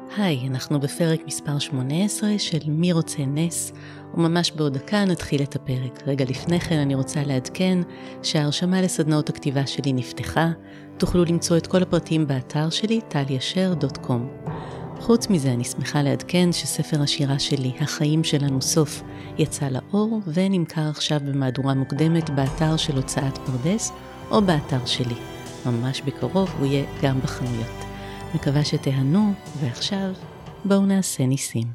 היי, אנחנו בפרק מספר 18 של מי רוצה נס, וממש בעוד דקה נתחיל את הפרק. רגע לפני כן אני רוצה לעדכן שההרשמה לסדנאות הכתיבה שלי נפתחה, תוכלו למצוא את כל הפרטים באתר שלי, talyaser.com. חוץ מזה אני שמחה לעדכן שספר השירה שלי, החיים שלנו סוף, יצא לאור ונמכר עכשיו במהדורה מוקדמת באתר של הוצאת פרדס או באתר שלי. ממש בקרוב הוא יהיה גם בחנויות. מקווה שתהנו, ועכשיו בואו נעשה ניסים.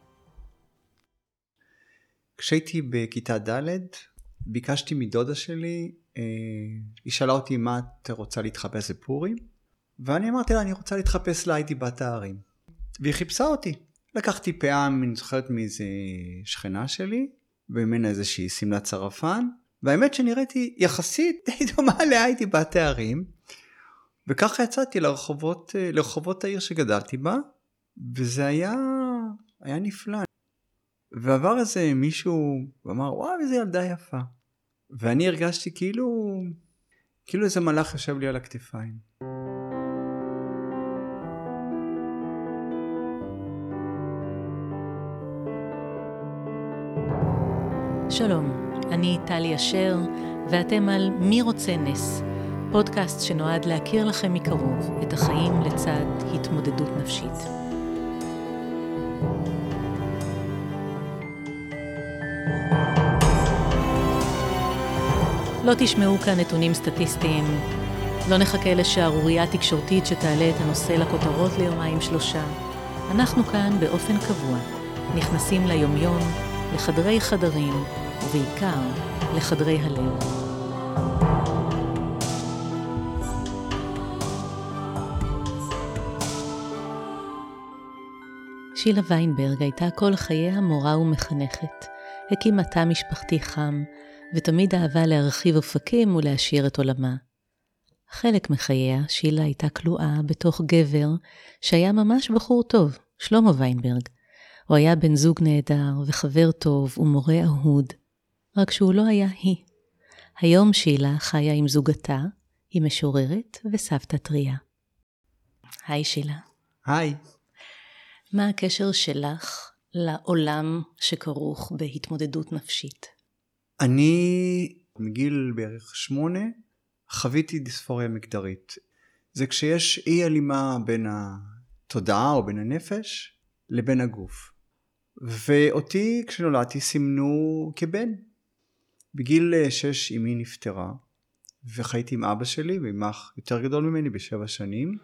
כשהייתי בכיתה ד' ביקשתי מדודה שלי, היא שאלה אותי מה את רוצה להתחפש בפורים, ואני אמרתי לה אני רוצה להתחפש להיידי בת הערים, והיא חיפשה אותי. לקחתי פאה, אני זוכרת מאיזה שכנה שלי, וממנה איזושהי סמלת צרפן, והאמת שנראיתי יחסית די דומה להיידי בת הערים, וככה יצאתי לרחובות העיר שגדלתי בה, וזה היה נפלא. ועבר איזה מישהו ואמר, וואו, איזה ילדה יפה. ואני הרגשתי כאילו איזה מלאך יושב לי על הכתפיים. שלום, אני טליה, ואתם על מי רוצה נס, פודקאסט שנועד להכיר לכם מקרוב את החיים לצד התמודדות נפשית. לא תשמעו כאן נתונים סטטיסטיים, לא נחכה לשערורייה תקשורתית שתעלה את הנושא לכותרות ליומיים שלושה. אנחנו כאן באופן קבוע, נכנסים ליומיום, לחדרי חדרים, ובעיקר לחדרי הלב. שילה ויינברג הייתה כל חייה מורה ומחנכת, הקימה תא משפחתי חם, ותמיד אהבה להרחיב אופקים ולהשאיר את עולמה. חלק מחייה שילה הייתה כלואה בתוך גבר שהיה ממש בחור טוב, שלמה ויינברג. הוא היה בן זוג נהדר וחבר טוב ומורה אהוד, רק שהוא לא היה היא. היום שילה חיה עם זוגתה, היא משוררת וסבתא טריה. היי שילה. היי. מה הקשר שלך לעולם שכרוך בהתמודדות נפשית? אני מגיל בערך 8 חוויתי דיספוריה מגדרית. זה כשיש אי הלימה בין התודעה או בין הנפש לבין הגוף. ואותי כשנולדתי סימנו כבן. בגיל 6 אמי נפטרה, וחייתי עם אבא שלי ועם אח יותר גדול ממני ב7 שנים.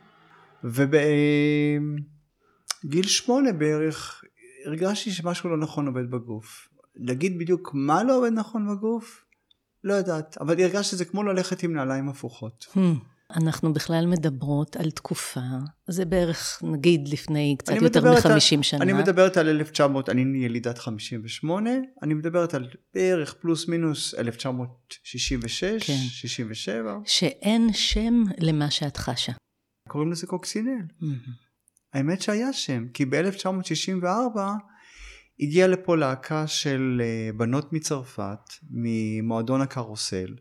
ובגיל 8 בערך הרגשתי שמשהו לא נכון עובד בגוף. להגיד בדיוק מה לא עובד נכון בגוף? לא יודעת, אבל הרגשתי שזה כמו ללכת עם נעליים הפוכות. אנחנו בכלל מדברות על תקופה, זה בערך נגיד לפני קצת יותר מ-50 שנה. אני מדברת על 1900, אני ילידת 58, אני מדברת על בערך פלוס מינוס 1966, כן. 67. שאין שם למה שאת חשה. קוראים לזה קוקסינל. האמת שהיה שם, כי ב-1964 הגיעה לפה להקה של בנות מצרפת, ממועדון הקרוסל,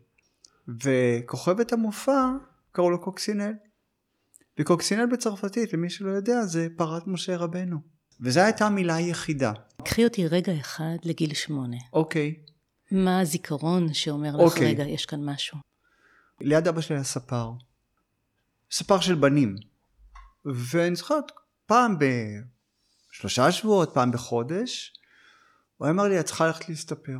וכוכבת המופע קראו לו קוקסינל. וקוקסינל בצרפתית, למי שלא יודע, זה פרת משה רבנו. וזו הייתה המילה היחידה. קחי אותי רגע אחד לגיל 8. אוקיי. מה הזיכרון שאומר לך, רגע, יש כאן משהו? ליד אבא שלי היה ספר של בנים. ואני זוכרת, פעם ב3 שבועות, פעם בחודש, הוא אמר לי, את צריכה ללכת להסתפר.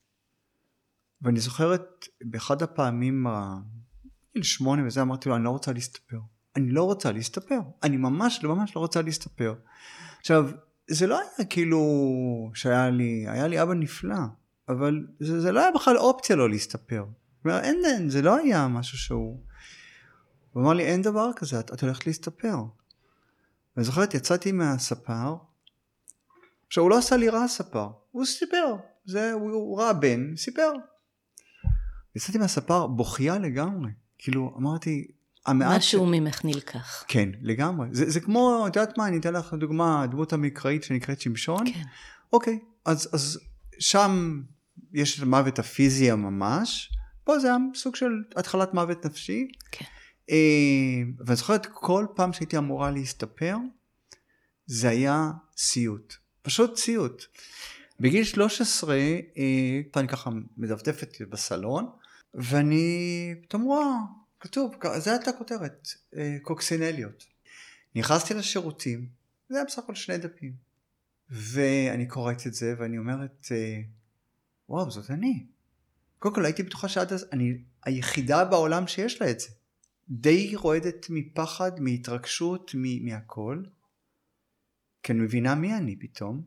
ואני זוכרת, באחד הפעמים, בגיל 8 וזה, אמרתי לו, אני לא רוצה להסתפר. אני לא רוצה להסתפר. אני ממש לא רוצה להסתפר. עכשיו, זה לא היה כאילו שהיה לי אבא נפלא, אבל זה לא היה בכלל אופציה לא להסתפר. אין, זה לא היה משהו שהוא... הוא אמר לי, אין דבר כזה, את הולכת להסתפר. ואני זוכרת, יצאתי מהספר, עכשיו הוא לא עשה לי רע הספר, הוא סיפר, הוא ראה בן, סיפר. יצאתי מהספר בוכייה לגמרי, כאילו אמרתי, משהו ממך נלקח. כן, לגמרי, זה כמו, את יודעת מה, אני אתן לך דוגמה, הדמות המקראית שנקראת שמשון, כן. אוקיי, אז שם יש את המוות הפיזי ממש, פה זה היה סוג של התחלת מוות נפשי, כן. ואני זוכרת כל פעם שהייתי אמורה להסתפר, זה היה סיוט, פשוט סיוט. בגיל 13, אני ככה מדפדפת בסלון, ואני פתאום רואה, כתוב, זה הייתה כותרת, קוקסינליות. נכנסתי לשירותים, זה היה בסך הכל 2 דפים. ואני קוראת את זה, ואני אומרת, וואו, זאת אני. קודם כל, הייתי בטוחה שעד אז, אני היחידה בעולם שיש לה את זה. די רועדת מפחד, מהתרגשות, מהכל. כי אני מבינה מי אני פתאום.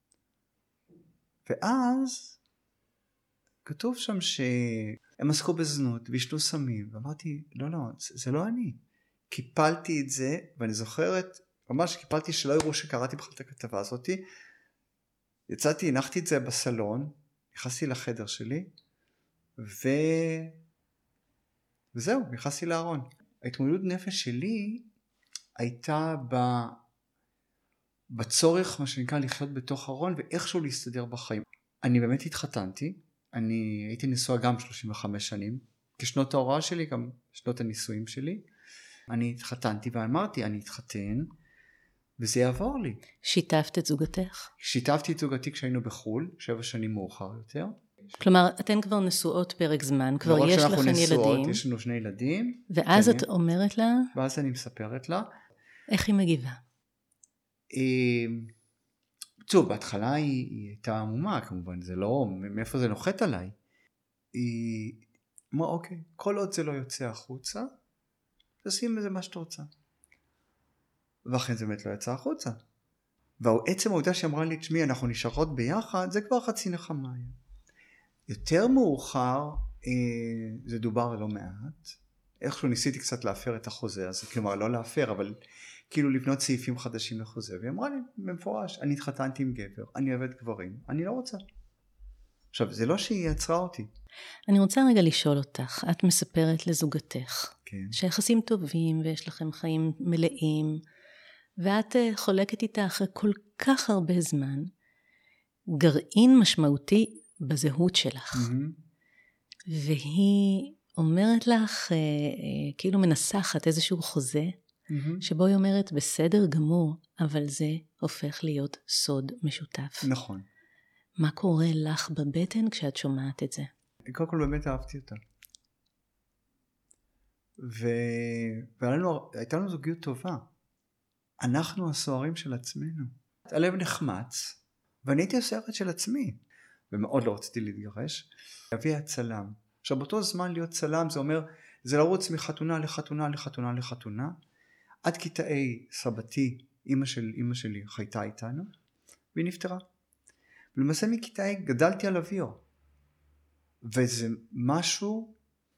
ואז, כתוב שם שהם עסקו בזנות, וישנו סמים. ואמרתי, לא, זה לא אני. קיפלתי את זה, ואני זוכרת, ממש קיפלתי שלא יראו שקראתי בכלל את הכתבה הזאת. יצאתי, הנחתי את זה בסלון, נכנסתי לחדר שלי, וזהו, נכנסתי לארון. ההתמודדות נפש שלי הייתה בצורך, מה שנקרא, לחיות בתוך ארון, ואיכשהו להסתדר בחיים. אני באמת התחתנתי, אני הייתי נשואה גם 35 שנים, כשנות ההוראה שלי, גם שנות הנישואים שלי. אני התחתנתי ואמרתי, אני אתחתן, וזה יעבור לי. שיתפת את זוגתך? שיתפתי את זוגתי כשהיינו בחול, 7 שנים מאוחר יותר. כלומר, אתן כבר נשואות פרק זמן, כבר יש לכן ילדים. יש לנו 2 ילדים. ואז את אומרת לה? ואז אני מספרת לה. איך היא מגיבה? טוב, בהתחלה היא הייתה עמומה, כמובן, זה לא, מאיפה זה נוחת עליי. היא אמרה, אוקיי, כל עוד זה לא יוצא החוצה, תשים בזה מה שאתה רוצה. ואכן זה באמת לא יצא החוצה. ועצם העובדה שאמרה לי, תשמעי, אנחנו נשארות ביחד, זה כבר חצי נחמה. יותר מאוחר, זה דובר לא מעט. איכשהו ניסיתי קצת להפר את החוזה הזה, כלומר לא להפר, אבל כאילו לבנות סעיפים חדשים לחוזה. והיא אמרה לי, במפורש, אני התחתנתי עם גבר, אני אוהבת גברים, אני לא רוצה. עכשיו, זה לא שהיא יצרה אותי. אני רוצה רגע לשאול אותך, את מספרת לזוגתך, כן. שיחסים טובים ויש לכם חיים מלאים, ואת חולקת איתה אחרי כל כך הרבה זמן, גרעין משמעותי בזהות שלך. והיא אומרת לך, כאילו מנסחת איזשהו חוזה, שבו היא אומרת, בסדר גמור, אבל זה הופך להיות סוד משותף. נכון. מה קורה לך בבטן כשאת שומעת את זה? קודם כל באמת אהבתי אותה. והייתה לנו זוגיות טובה. אנחנו הסוהרים של עצמנו. הלב נחמץ, ואני הייתי הסוהרת של עצמי. ומאוד לא רציתי להתגרש. אבי הצלם. עכשיו באותו זמן להיות צלם זה אומר, זה לרוץ מחתונה לחתונה לחתונה לחתונה. עד כיתה A, סבתי, אמא שלי חייתה איתנו, והיא נפטרה. ולמעשה מכיתה A גדלתי על אוויר. וזה משהו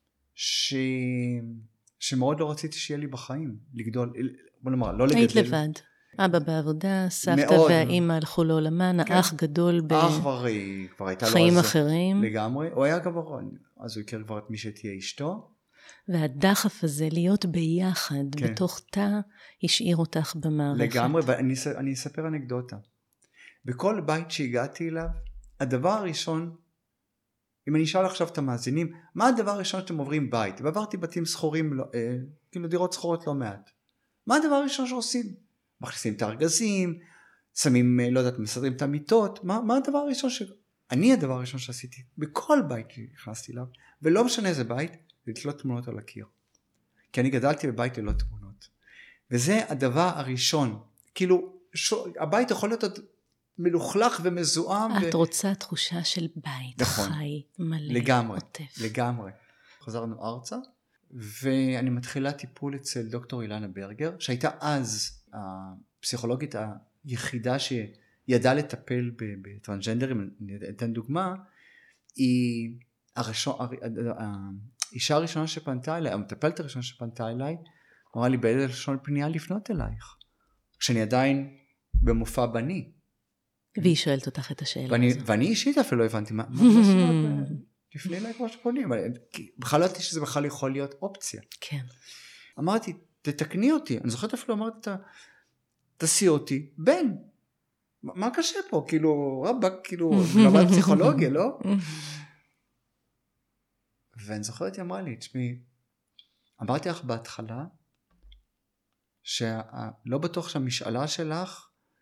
שמאוד לא רציתי שיהיה לי בחיים, לגדול, בוא נאמר, לא לגדל. היית לבד. אבא בעבודה, סבתא והאמא הלכו לעולמן, האח גדול בחיים אחרים. לגמרי, הוא היה גבר, אז הוא הכיר כבר את מי שתהיה אשתו. והדחף הזה להיות ביחד, בתוך תא, השאיר אותך במערכת. לגמרי, ואני אספר אנקדוטה. בכל בית שהגעתי אליו, הדבר הראשון, אם אני אשאל עכשיו את המאזינים, מה הדבר הראשון שאתם עוברים בית? ועברתי בתים סחורים, כאילו דירות סחורות לא מעט. מה הדבר הראשון שעושים? מכניסים את הארגזים, שמים, לא יודעת, מסדרים את המיטות. מה הדבר הראשון אני הדבר הראשון שעשיתי, בכל בית שנכנסתי אליו, ולא משנה איזה בית, זה לתלות תמונות על הקיר. כי אני גדלתי בבית ללא תמונות. וזה הדבר הראשון. כאילו, הבית יכול להיות עוד מלוכלך ומזוהם. את רוצה תחושה של בית, נכון. חי, מלא, לגמרי, עוטף. לגמרי. חזרנו ארצה, ואני מתחילה טיפול אצל דוקטור אילנה ברגר, שהייתה אז הפסיכולוגית היחידה שידעה לטפל בטרנסג'נדרים. אני אתן דוגמה, היא האישה הראשונה שפנתה אליי, המטפלת הראשונה שפנתה אליי, אמרה לי באיזה לשון פנייה לפנות אלייך, כשאני עדיין במופע בני. והיא שואלת אותך את השאלה הזו. ואני אישית אפילו לא הבנתי מה לפני אליי כמו שפונים, בכלל לא ידעתי שזה בכלל יכול להיות אופציה. כן. אמרתי, תתקני אותי, אני זוכרת אפילו אמרתי, תעשי אותי בן. מה קשה פה? כאילו, רבק, כאילו, למד פסיכולוגיה, לא? ואני זוכרת, היא אמרה לי, תשמעי, אמרתי לך בהתחלה, שלא בטוח שהמשאלה שלך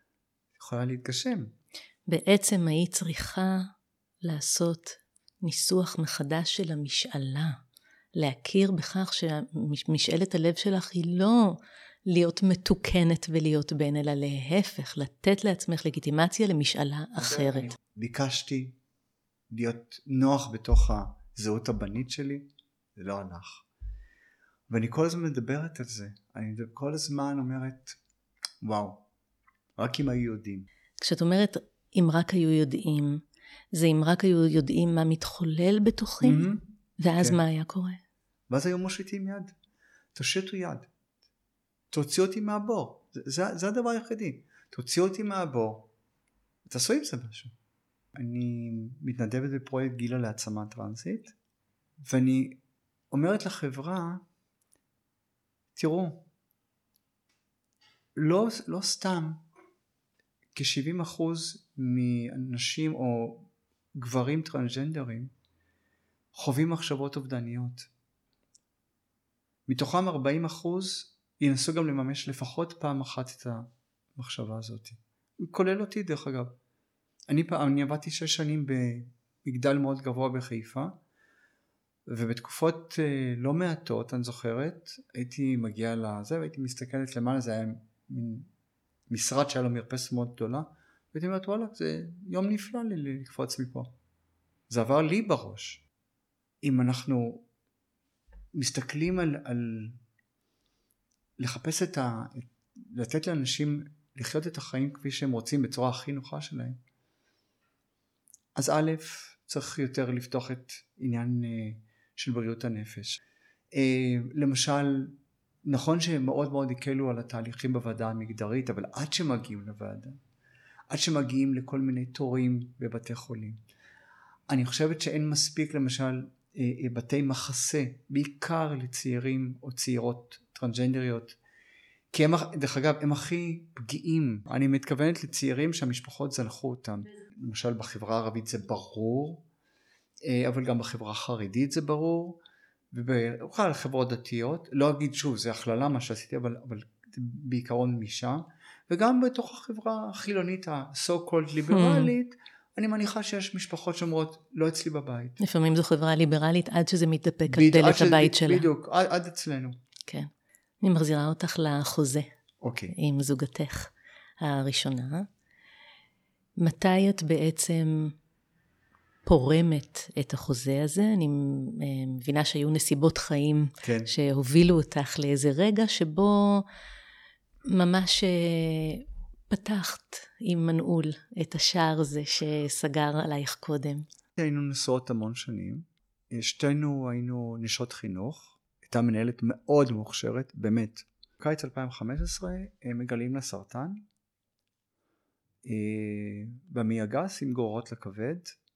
יכולה להתגשם. בעצם היית צריכה לעשות ניסוח מחדש של המשאלה, להכיר בכך שמשאלת הלב שלך היא לא להיות מתוקנת ולהיות בן, אלא להפך, לתת לעצמך לגיטימציה למשאלה אחרת. ביקשתי להיות נוח בתוך הזהות הבנית שלי, זה לא הלך. ואני כל הזמן מדברת על זה, אני כל הזמן אומרת, וואו, רק אם היו יודעים. כשאת אומרת, אם רק היו יודעים, זה אם רק היו יודעים מה מתחולל בתוכי, ואז מה היה קורה? ואז היו מושיטים יד, תושיטו יד, תוציאו אותי מהבור, זה הדבר היחידי, תוציאו אותי מהבור, תעשו עם זה משהו. אני מתנדבת בפרויקט גילה להעצמה טרנסית, ואני אומרת לחברה, תראו, לא סתם כ-70% מאנשים או גברים טרנסג'נדרים חווים מחשבות אובדניות. מתוכם 40% ינסו גם לממש לפחות פעם אחת את המחשבה הזאת. כולל אותי דרך אגב. אני עבדתי 6 שנים במגדל מאוד גבוה בחיפה, ובתקופות לא מעטות, אני זוכרת, הייתי מגיע לזה והייתי מסתכלת למעלה, זה היה מין משרד שהיה לו מרפסת מאוד גדולה, והייתי אומרת וואלה, זה יום נפלא לי לקפוץ מפה. זה עבר לי בראש. אם אנחנו מסתכלים על לחפש לתת לאנשים לחיות את החיים כפי שהם רוצים בצורה הכי נוחה שלהם, אז א', צריך יותר לפתוח את עניין של בריאות הנפש. למשל, נכון שמאוד מאוד הקלו על התהליכים בוועדה המגדרית, אבל עד שמגיעים לוועדה, עד שמגיעים לכל מיני תורים בבתי חולים, אני חושבת שאין מספיק למשל בתי מחסה, בעיקר לצעירים או צעירות טרנסג'נדריות, כי הם, דרך אגב, הם הכי פגיעים. אני מתכוונת לצעירים שהמשפחות זנחו אותם. למשל בחברה הערבית זה ברור, אבל גם בחברה החרדית זה ברור, ובכלל חברות דתיות, לא אגיד שוב, זה הכללה מה שעשיתי, אבל בעיקרון משם, וגם בתוך החברה החילונית, ה-so called ליברלית, אני מניחה שיש משפחות שאומרות, לא אצלי בבית. לפעמים זו חברה ליברלית עד שזה מתדפק על דלת הבית שלה. בדיוק, עד אצלנו. כן. אני מחזירה אותך לחוזה. אוקיי. עם זוגתך הראשונה. מתי את בעצם פורמת את החוזה הזה? אני מבינה שהיו נסיבות חיים כן. שהובילו אותך לאיזה רגע שבו ממש פתחת עם מנעול את השער הזה שסגר עלייך קודם. היינו נשואות המון שנים. שתינו היינו נשות חינוך. הייתה מנהלת מאוד מוכשרת, באמת. קיץ 2015 מגלים לה סרטן. במעי הגס עם גרורות לכבד.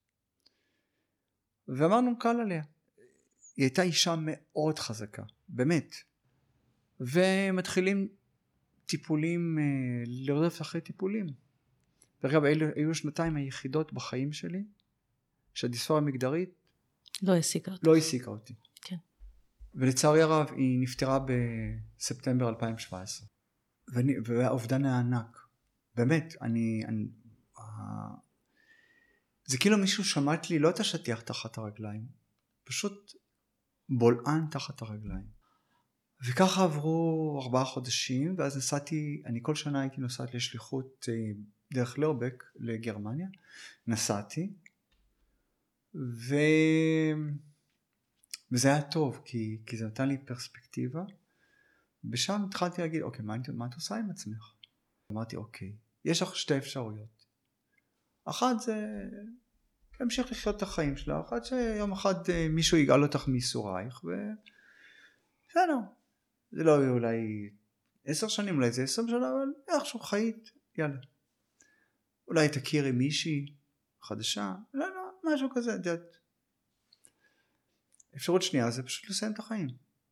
ואמרנו קל עליה. היא הייתה אישה מאוד חזקה, באמת. ומתחילים טיפולים, לרדוף אחרי טיפולים. דרך אגב, היו 2 היחידות בחיים שלי, שהדיספוריה המגדרית לא העסיקה אותי. כן. ולצערי הרב, היא נפטרה בספטמבר 2017. והאובדן היה ענק. באמת, זה כאילו מישהו שמעת לי לא את השטיח תחת הרגליים, פשוט בולען תחת הרגליים. וככה עברו 4 חודשים, ואז אני כל שנה הייתי נוסעת לשליחות דרך לרבק לגרמניה, נסעתי, וזה היה טוב, כי זה נתן לי פרספקטיבה, ושם התחלתי להגיד, אוקיי, מה את עושה עם עצמך? אמרתי, אוקיי, יש לך 2 אפשרויות. אחת זה להמשיך לחיות את החיים שלה, אחת שיום אחד מישהו יגאל אותך מייסורייך, ובסדר, זה לא יהיה אולי 10 שנים, אולי זה 20 שנה, אבל איכשהו חיית, יאללה. אולי תכירי מישהי חדשה, לא, משהו כזה, יודעת. אפשרות שנייה זה פשוט לסיים את החיים.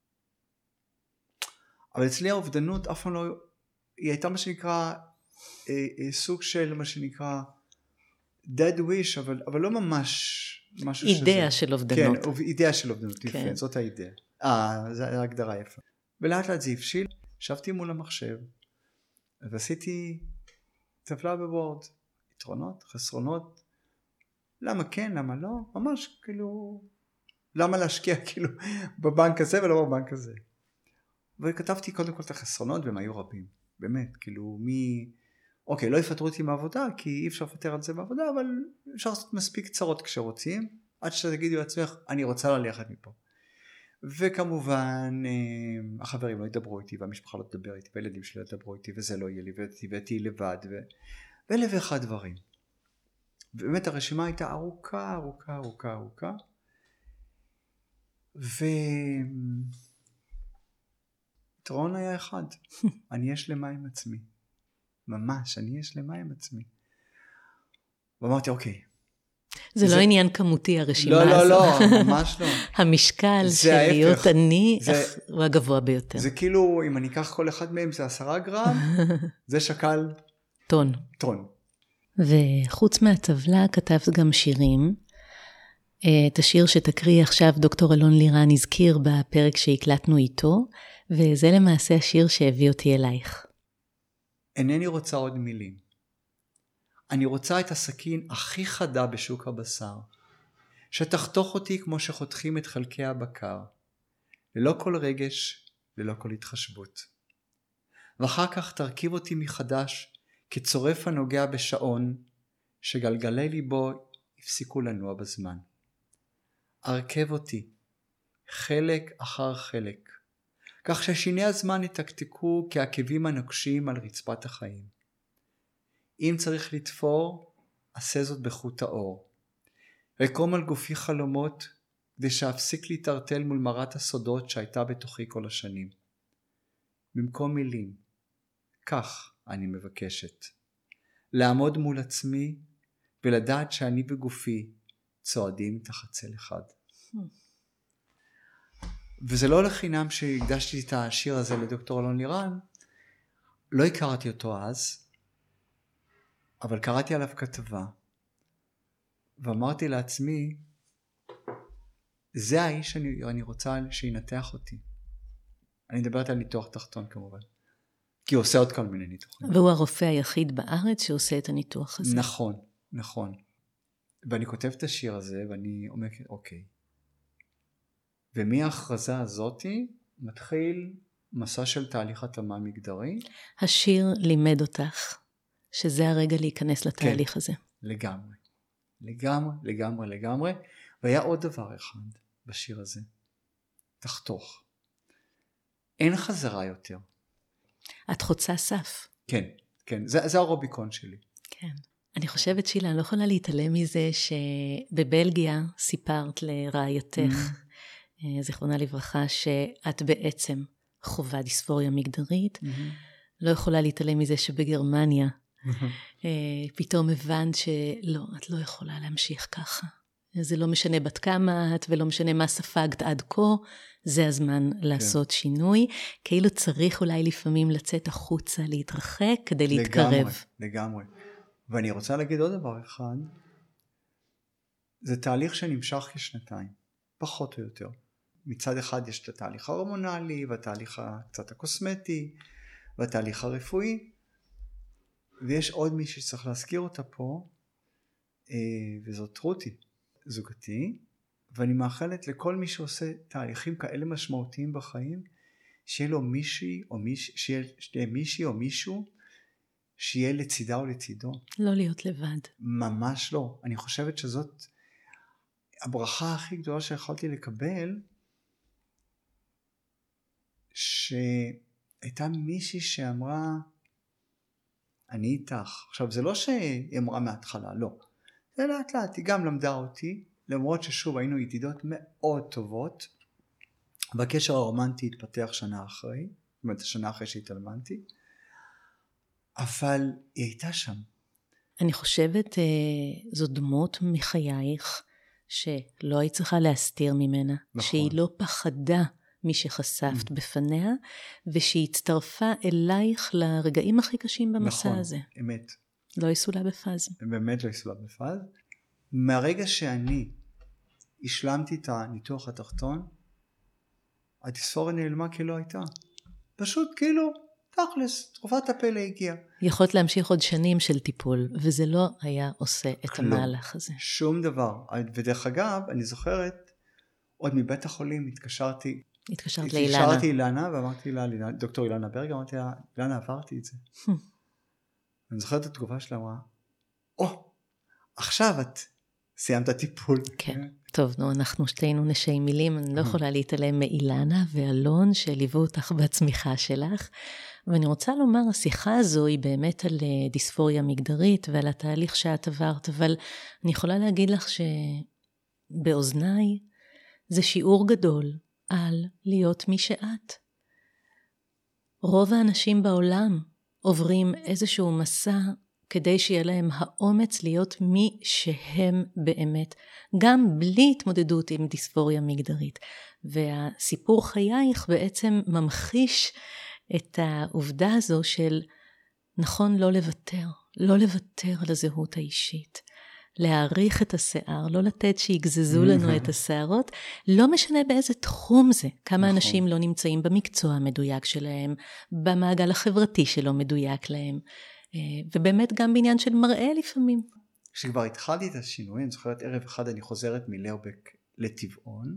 אבל אצלי האובדנות אף פעם לא, היא הייתה מה שנקרא, סוג של מה שנקרא, dead wish, אבל לא ממש משהו שזה. אידאה של אובדנות. כן, אידאה של אובדנות, כן. יפה, זאת האידאה. זו הגדרה יפה. ולאט לאט זה הבשיל, ישבתי מול המחשב, ועשיתי טבלה בוורד, יתרונות, חסרונות, למה כן, למה לא, ממש כאילו, למה להשקיע כאילו בבנק הזה ולא בבנק הזה. וכתבתי קודם כל את החסרונות, והם היו רבים, באמת, כאילו אוקיי, לא יפטרו אותי מהעבודה, כי אי אפשר לפטר על זה בעבודה, אבל אפשר לעשות מספיק קצרות כשרוצים, עד שתגידי לעצמך, אני רוצה ללכת מפה. וכמובן, החברים לא ידברו איתי, והמשפחה לא תדבר איתי, והילדים שלי לא ידברו איתי, וזה לא יהיה לי, ותהייתי לבד, ואלף ואחד דברים. ובאמת הרשימה הייתה ארוכה, ארוכה, ארוכה, ארוכה. ויתרון היה אחד, אני אהיה שלמה עם עצמי. ממש, אני אהיה שלמה עם עצמי. ואמרתי, אוקיי. זה לא עניין כמותי הרשימה הזאת. לא, לא, ממש לא. המשקל של להיות אני הוא הגבוה ביותר. זה כאילו, אם אני אקח כל אחד מהם, זה 10 גרם, זה שקל טון. טון. וחוץ מהטבלה כתבת גם שירים. את השיר שתקריא עכשיו דוקטור אלון לירן הזכיר בפרק שהקלטנו איתו, וזה למעשה השיר שהביא אותי אלייך. אינני רוצה עוד מילים. אני רוצה את הסכין הכי חדה בשוק הבשר, שתחתוך אותי כמו שחותכים את חלקי הבקר, ללא כל רגש, ללא כל התחשבות. ואחר כך תרכיב אותי מחדש כצורף הנוגע בשעון, שגלגלי ליבו הפסיקו לנוע בזמן. ארכב אותי, חלק אחר חלק, כך ששיני הזמן יתקתקו כעקבים הנוקשים על רצפת החיים. אם צריך לתפור, עשה זאת בחוט האור. רקום על גופי חלומות, כדי שאפסיק להתערטל מול מרת הסודות שהייתה בתוכי כל השנים. במקום מילים, כך אני מבקשת. לעמוד מול עצמי, ולדעת שאני בגופי צועדים תחת צל אחד. וזה לא לחינם שהקדשתי את השיר הזה לדוקטור אלון לירן, לא הכרתי אותו אז, אבל קראתי עליו כתבה, ואמרתי לעצמי, זה האיש שאני רוצה שינתח אותי. אני מדברת על ניתוח תחתון כמובן, כי הוא עושה עוד כל מיני ניתוחים. והוא הרופא היחיד בארץ שעושה את הניתוח הזה. נכון, נכון. ואני כותב את השיר הזה, ואני אומר, אוקיי. ומההכרזה הזאת מתחיל מסע של תהליך התאמה מגדרי. השיר לימד אותך שזה הרגע להיכנס לתהליך הזה. לגמרי. לגמרי, לגמרי, לגמרי. והיה עוד דבר אחד בשיר הזה. תחתוך. אין חזרה יותר. את חוצה סף. כן, כן. זה הרוביקון שלי. כן. אני חושבת שילה, אני לא יכולה להתעלם מזה שבבלגיה סיפרת לרעייתך, זיכרונה לברכה, שאת בעצם חווה דיספוריה מגדרית. לא יכולה להתעלם מזה שבגרמניה פתאום הבנת שלא, את לא יכולה להמשיך ככה. זה לא משנה בת כמה את ולא משנה מה ספגת עד כה, זה הזמן לעשות שינוי. כאילו צריך אולי לפעמים לצאת החוצה, להתרחק כדי להתקרב. לגמרי, לגמרי. ואני רוצה להגיד עוד דבר אחד, זה תהליך שנמשך כשנתיים, פחות או יותר. מצד אחד יש את התהליך ההורמונלי, והתהליך קצת הקוסמטי, והתהליך הרפואי, ויש עוד מישהי שצריך להזכיר אותה פה, וזאת רותי, זוגתי, ואני מאחלת לכל מי שעושה תהליכים כאלה משמעותיים בחיים, שיהיה לו מישהי או מישהו, שיהיה לצידה או לצידו. לא להיות לבד. ממש לא. אני חושבת שזאת הברכה הכי גדולה שיכולתי לקבל, שהייתה מישהי שאמרה, אני איתך. עכשיו, זה לא שהיא אמרה מההתחלה, לא. זה לאט לאט, היא גם למדה אותי, למרות ששוב היינו ידידות מאוד טובות, והקשר הרומנטי התפתח שנה אחרי, זאת אומרת, שנה אחרי שהתאלמנתי, אבל היא הייתה שם. אני חושבת, זו דמות מחייך, שלא היית צריכה להסתיר ממנה, נכון. שהיא לא פחדה מי שחשפת בפניה, ושהיא הצטרפה אלייך לרגעים הכי קשים במסע נכון, הזה. נכון, אמת. לא יסולה בפאז. באמת לא יסולה בפאז. מהרגע שאני השלמתי את הניתוח התחתון, הדיספוריה נעלמה כי לא הייתה. פשוט כאילו תכלס, תרופת הפלא הגיעה. יכולת להמשיך עוד שנים של טיפול, וזה לא היה עושה את המהלך הזה. שום דבר. ודרך אגב, אני זוכרת, עוד מבית החולים התקשרת לאילנה. התקשרתי אילנה, ואמרתי לה, דוקטור אילנה ברג, אמרתי לה, אילנה, עברתי את זה. אני זוכרת את התגובה שלה, אמרה, עכשיו את סיימת טיפול. כן. טוב, אנחנו שתינו נשי מילים, אני לא יכולה להתעלם מאילנה ואלון שליוו אותך בצמיחה שלך, ואני רוצה לומר, השיחה הזו היא באמת על דיספוריה מגדרית ועל התהליך שאת עברת, אבל אני יכולה להגיד לך שבאוזניי זה שיעור גדול על להיות מי שאת. רוב האנשים בעולם עוברים איזשהו מסע כדי שיהיה להם האומץ להיות מי שהם באמת, גם בלי התמודדות עם דיספוריה מגדרית. והסיפור חייך בעצם ממחיש את העובדה הזו של נכון לא לוותר על הזהות האישית, להעריך את השיער, לא לתת שיגזזו לנו את השערות, לא משנה באיזה תחום זה, כמה אנשים לא נמצאים במקצוע המדויק שלהם, במעגל החברתי שלא מדויק להם, ובאמת גם בעניין של מראה לפעמים. כשכבר התחלתי את השינוי, אני זוכרת ערב אחד אני חוזרת מלאובק לטבעון,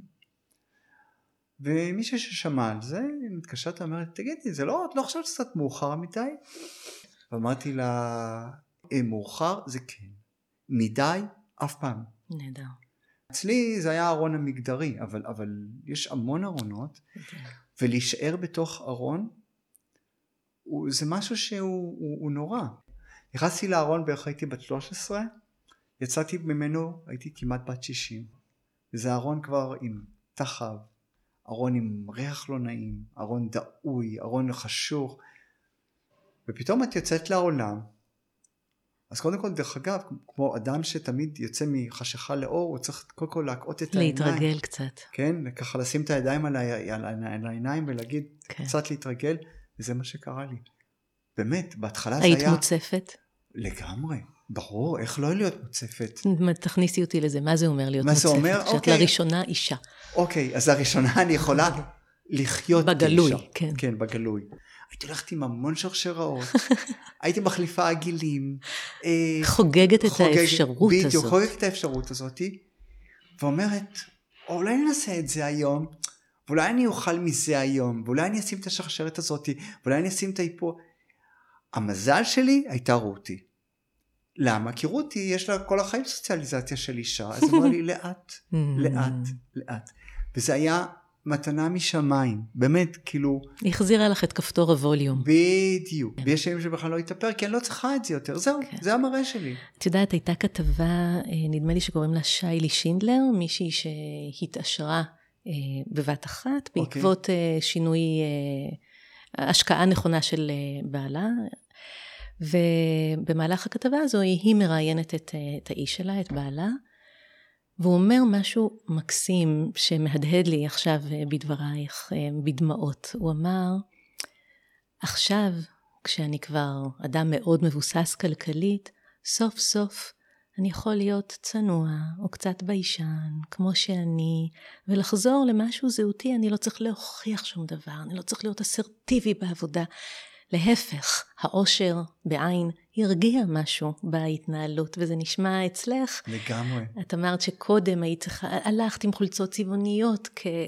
ומישהו ששמע על זה, מתקשרת ואומרת, תגידי, זה לא חושבת קצת מאוחר מדי? ואמרתי לה, מאוחר זה כן, מדי אף פעם. נהדר. אצלי זה היה ארון המגדרי, אבל יש המון ארונות, ולהישאר בתוך ארון, זה משהו שהוא נורא. נכנסתי לארון בערך הייתי בת 13, יצאתי ממנו, הייתי כמעט בת 60. וזה ארון כבר עם תחב, ארון עם ריח לא נעים, ארון דאוי, ארון חשוך. ופתאום את יוצאת לעולם, אז קודם כל דרך אגב, כמו אדם שתמיד יוצא מחשיכה לאור, הוא צריך קודם כל להקעות את העיניים. להתרגל קצת. כן, ככה לשים את הידיים על העיניים ולהגיד, קצת להתרגל. וזה מה שקרה לי. באמת, בהתחלה זה היה... היית מוצפת? לגמרי. ברור, איך לא להיות מוצפת? תכניסי אותי לזה, מה זה אומר להיות מוצפת? מה זה אומר? כשאת לראשונה אישה. אוקיי, אז לראשונה אני יכולה לחיות בגלוי, כאישה. כן. כן, בגלוי. הייתי הולכת עם המון שרשראות, הייתי מחליפה עגילים. חוגגת את האפשרות הזאת. בדיוק, חוגגת את האפשרות הזאת, ואומרת, אולי ננסה את זה היום, ואולי אני אוכל מזה היום, ואולי אני אשים את השרשרת הזאת, ואולי אני אשים את האיפור. המזל שלי הייתה רותי. למה? כי רותי יש לה כל החיים סוציאליזציה של אישה, אז אמרה לי לאט, לאט, לאט. וזה היה מתנה משמיים, באמת, כאילו... החזירה לך את כפתור הווליום. בדיוק. ויש ימים שבכלל לא יתאפר, כי אני לא צריכה את זה יותר. זהו, זה המראה שלי. את יודעת, הייתה כתבה, נדמה לי שקוראים לה שיילי שינדלר, מישהי שהתעשרה בבת אחת, בעקבות שינוי, השקעה נכונה של בעלה, ובמהלך הכתבה הזו היא מראיינת את האיש שלה, את בעלה, והוא אומר משהו מקסים שמהדהד לי עכשיו בדברייך, בדמעות. הוא אמר, עכשיו, כשאני כבר אדם מאוד מבוסס כלכלית, סוף סוף אני יכול להיות צנוע או קצת ביישן, כמו שאני, ולחזור למשהו זהותי. אני לא צריך להוכיח שום דבר, אני לא צריך להיות אסרטיבי בעבודה. להפך, האושר בעין ירגיע משהו בהתנהלות, וזה נשמע אצלך. לגמרי. את אמרת שקודם היית צריכה, הלכת עם חולצות צבעוניות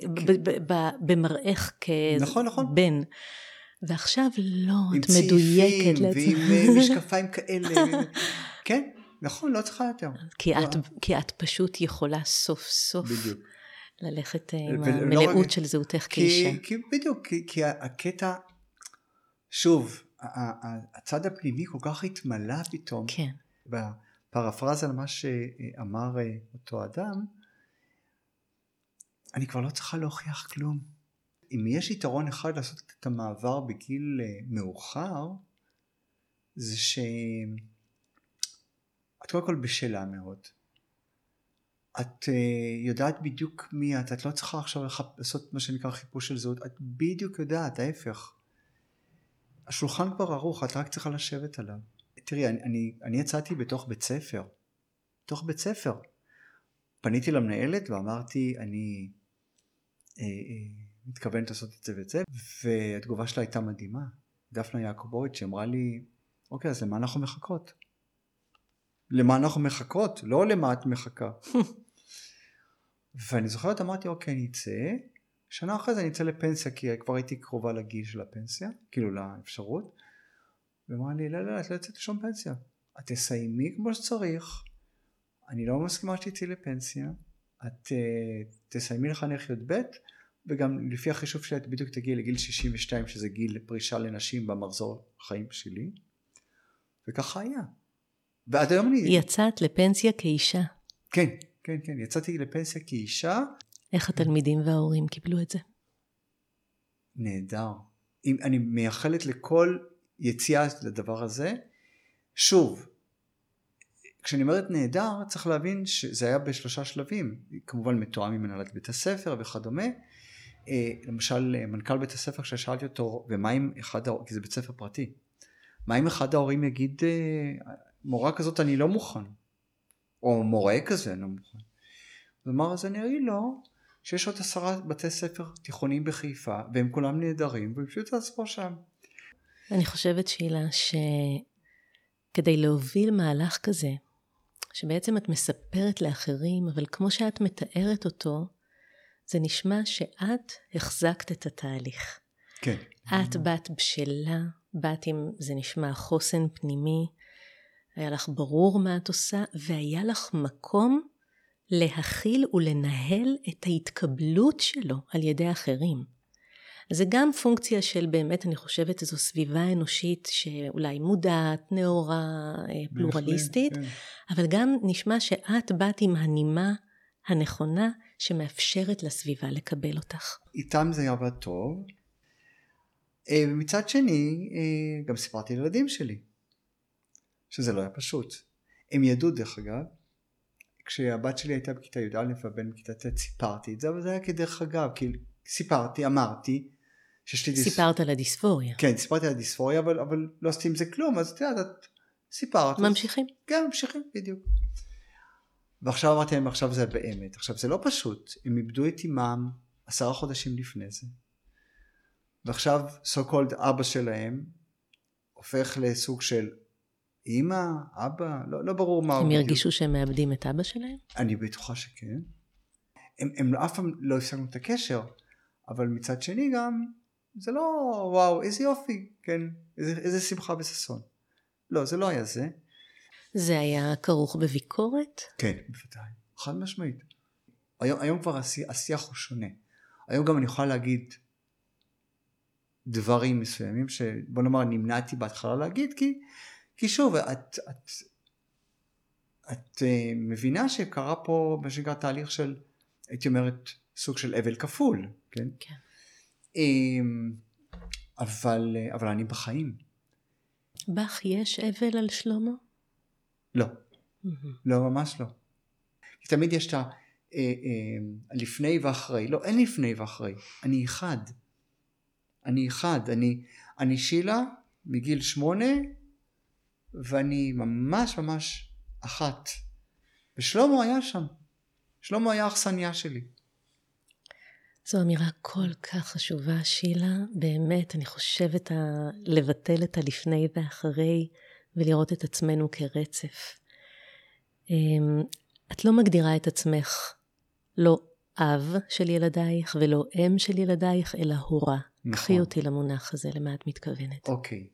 במראך כבן. נכון. ועכשיו לא, את עם מדויקת. צעיפים ועם משקפיים כאלה. כן, נכון, לא צריכה יותר. כי את פשוט יכולה סוף סוף. בדיוק. ללכת עם המלאות של זהותך כאישה. בדיוק, כי הקטע... שוב, הצד הפנימי כל כך התמלא פתאום, כן. בפרפרזה על מה שאמר אותו אדם, אני כבר לא צריכה להוכיח כלום. אם יש יתרון אחד לעשות את המעבר בגיל מאוחר, זה שאת קודם כל בשלה מאוד. את יודעת בדיוק מי את לא צריכה עכשיו לעשות מה שנקרא חיפוש של זהות, את בדיוק יודעת, ההפך. השולחן כבר ערוך, את רק צריכה לשבת עליו. תראי, אני יצאתי בתוך בית ספר. פניתי למנהלת ואמרתי, אני מתכוונת לעשות את זה ואת זה, והתגובה שלה הייתה מדהימה. דפנה יעקובוביץ', שאמרה לי, אוקיי, אז למה אנחנו מחכות? למה אנחנו מחכות? לא למה את מחכה. ואני זוכרת, אמרתי, אוקיי, אני אצא, שנה אחרי זה אני אצא לפנסיה, כי כבר הייתי קרובה לגיל של הפנסיה, כאילו לאפשרות, ואמרה לי, לא, את לא יוצאת לשום פנסיה, את תסיימי כמו שצריך, אני לא מסכימה שתצאי לפנסיה, את תסיימי לחנך י"ב, וגם לפי החישוב שלי את בדיוק תגיעי לגיל 62, שזה גיל פרישה לנשים במחזור החיים שלי, וככה היה. ועד היום אני... יצאת לפנסיה כאישה. כן, יצאתי לפנסיה כאישה. איך התלמידים וההורים קיבלו את זה? נהדר. אני מייחלת לכל יציאה לדבר הזה. שוב, כשאני אומרת נהדר, צריך להבין שזה היה בשלושה שלבים. כמובן מתואם עם מנהלת בית הספר וכדומה. למשל, מנכ"ל בית הספר, כששאלתי אותו, ומה עם אחד ההורים, כי זה בית ספר פרטי, מה אם אחד ההורים יגיד, מורה כזאת אני לא מוכן, או מורה כזה אני לא מוכן. הוא אמר, אז אני אגיד לו, שיש עוד 10 בתי ספר תיכוניים בחיפה, והם כולם נהדרים, והם פשוט לעצמו שם. אני חושבת, שילה, שכדי להוביל מהלך כזה, שבעצם את מספרת לאחרים, אבל כמו שאת מתארת אותו, זה נשמע שאת החזקת את התהליך. כן. את בת בשלה, בת עם, זה נשמע חוסן פנימי, היה לך ברור מה את עושה, והיה לך מקום להכיל ולנהל את ההתקבלות שלו על ידי אחרים. זה גם פונקציה של באמת, אני חושבת, איזו סביבה אנושית שאולי מודעת, נאורה, פלורליסטית, אבל גם נשמע שאת בת עם הנימה הנכונה שמאפשרת לסביבה לקבל אותך. איתם זה עבד טוב. ומצד שני, גם סיפרתי לילדים שלי, שזה לא היה פשוט. הם ידעו דרך אגב, כשהבת שלי הייתה בכיתה י"א והבן בכיתה ט' סיפרתי את זה, אבל זה היה כדרך אגב, כי סיפרתי, אמרתי, סיפרת על הדיספוריה. כן, סיפרתי על הדיספוריה, אבל לא עשיתי עם זה כלום, אז את סיפרת. ממשיכים. כן, ממשיכים, בדיוק. ועכשיו אמרתי להם, עכשיו זה באמת. עכשיו זה לא פשוט, הם איבדו את אמם 10 חודשים לפני זה. ועכשיו so called אבא שלהם הופך לסוג של אמא, אבא, לא ברור מה. הם הרגישו שהם מאבדים את אבא שלהם? אני בטוחה שכן. הם אף פעם לא הפסקנו את הקשר, אבל מצד שני גם, זה לא וואו, איזה יופי, כן, איזה שמחה וששון. לא, זה לא היה זה. זה היה כרוך בביקורת? כן, בוודאי, חד משמעית. היום כבר השיח הוא שונה. היום גם אני יכולה להגיד דברים מסוימים שבוא נאמר נמנעתי בהתחלה להגיד, כי שוב, את מבינה שקרה פה בשגרה תהליך של, הייתי אומרת, סוג של אבל כפול, כן? כן. אבל אני בחיים. בך יש אבל על שלמה? לא. לא, ממש לא. כי תמיד יש את לפני ואחרי. לא, אין לפני ואחרי. אני אחד. אני שילה מגיל 8, ואני ממש ממש אחת. ושלמה היה שם. שלמה היה האכסניה שלי. זו אמירה כל כך חשובה, שילה. באמת, אני חושבת לבטל את הלפני ואחרי, ולראות את עצמנו כרצף. את לא מגדירה את עצמך, לא אב של ילדייך ולא אם של ילדייך, אלא הורה. נכון. קחי אותי למונח הזה, למה את מתכוונת. אוקיי.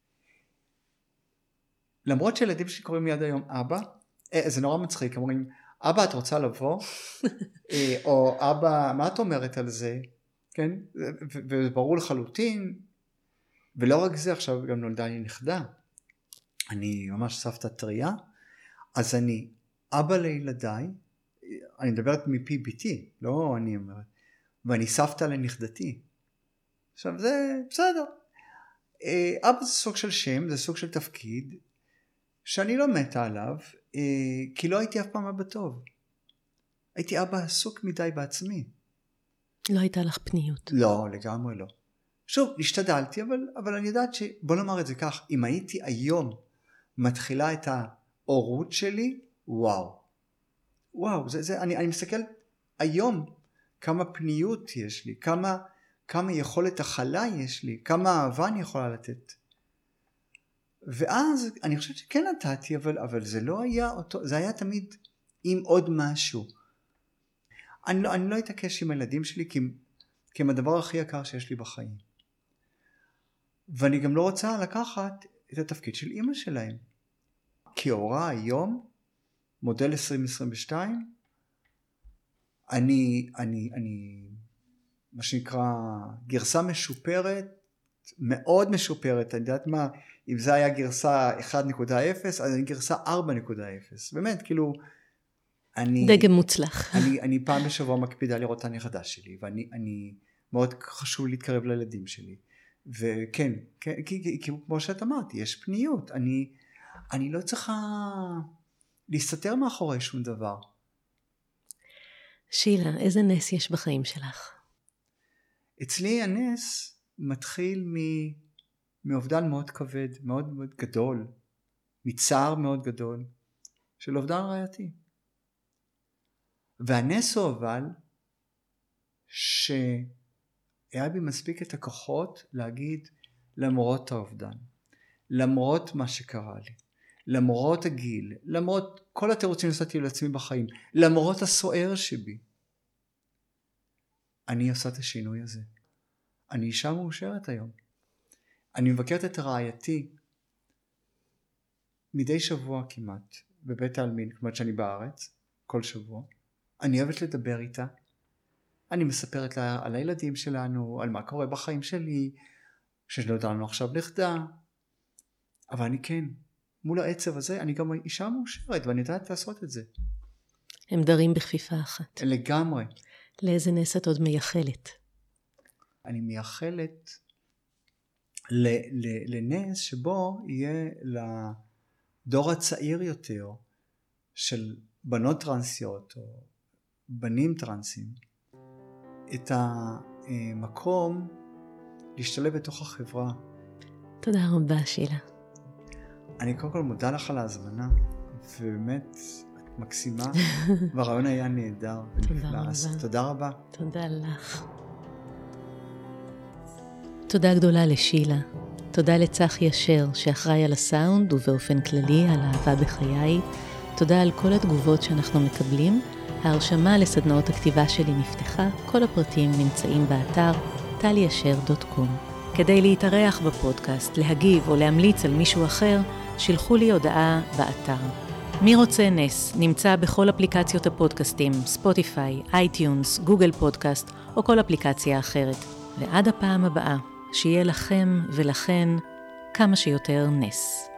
למרות שילדים שלי קוראים לי עד היום אבא, זה נורא מצחיק, אומרים, אבא את רוצה לבוא? או אבא, מה את אומרת על זה? כן? וברור לחלוטין, ולא רק זה, עכשיו גם נולדה לי נכדה. אני ממש סבתא טריה, אז אני אבא לילדיי, אני מדברת מפי ביתי, לא אני אומרת, ואני סבתא לנכדתי. עכשיו זה בסדר. אבא זה סוג של שם, זה סוג של תפקיד, שאני לא מתה עליו, כי לא הייתי אף פעם אבא טוב. הייתי אבא עסוק מדי בעצמי. לא הייתה לך פניות. לא, לגמרי לא. שוב, השתדלתי, אבל אני יודעת בוא נאמר את זה כך, אם הייתי היום מתחילה את ההורות שלי, וואו, אני מסתכל היום כמה פניות יש לי, כמה יכולת הכלה יש לי, כמה אהבה אני יכולה לתת. ואז אני חושבת שכן נתתי, אבל זה לא היה אותו, זה היה תמיד עם עוד משהו. אני לא אתעקש עם הילדים שלי, כי הם הדבר הכי יקר שיש לי בחיים. ואני גם לא רוצה לקחת את התפקיד של אמא שלהם. כהורה היום, מודל 2022, אני מה שנקרא גרסה משופרת, מאוד משופרת. אני יודעת מה, אם זה היה גרסה 1.0, אז אני גרסה 4.0. באמת, כאילו, דגם מוצלח. אני פעם בשבוע מקפידה לראות את הנכדה שלי, ואני מאוד חשוב להתקרב לילדים שלי. וכן, כי כמו שאת אמרת, יש פניות. אני לא צריכה להסתתר מאחורי שום דבר. שילה, איזה נס יש בחיים שלך? אצלי הנס מתחיל מאובדן מאוד כבד, מאוד מאוד גדול, מצער מאוד גדול, של אובדן רעייתי. והנס הוא אבל שהיה בי מספיק את הכוחות להגיד למרות האובדן, למרות מה שקרה לי, למרות הגיל, למרות כל התירוצים שעשיתי לעצמי בחיים, למרות הסוער שבי, אני עושה את השינוי הזה. אני אישה מאושרת היום. אני מבקרת את רעייתי מדי שבוע כמעט, בבית העלמין, כמעט שאני בארץ, כל שבוע. אני אוהבת לדבר איתה. אני מספרת לה על הילדים שלנו, על מה קורה בחיים שלי, שנולדה לנו עכשיו נכדה. אבל אני כן, מול העצב הזה, אני גם אישה מאושרת, ואני יודעת לעשות את זה. הם דרים בכפיפה אחת. לגמרי. לאיזה נס את עוד מייחלת? אני מייחלת לנס שבו יהיה לדור הצעיר יותר של בנות טרנסיות או בנים טרנסים את המקום להשתלב בתוך החברה. תודה רבה שילה. אני קודם כל מודה לך על ההזמנה, ובאמת את מקסימה, והרעיון היה נהדר ונפלא. תודה רבה. תודה לך. תודה גדולה לשילה. תודה לצחי אשר שאחראי על הסאונד ובאופן כללי על אהבה בחיי. תודה על כל התגובות שאנחנו מקבלים. ההרשמה לסדנאות הכתיבה שלי נפתחה. כל הפרטים נמצאים באתר taliasher.com. כדי להתארח בפודקאסט, להגיב או להמליץ על מישהו אחר, שילחו לי הודעה באתר. מי רוצה נס נמצא בכל אפליקציות הפודקאסטים, ספוטיפיי, אייטיונס, גוגל פודקאסט או כל אפליקציה אחרת. ועד הפעם הבאה, שיהיה לכם ולכן כמה שיותר נס.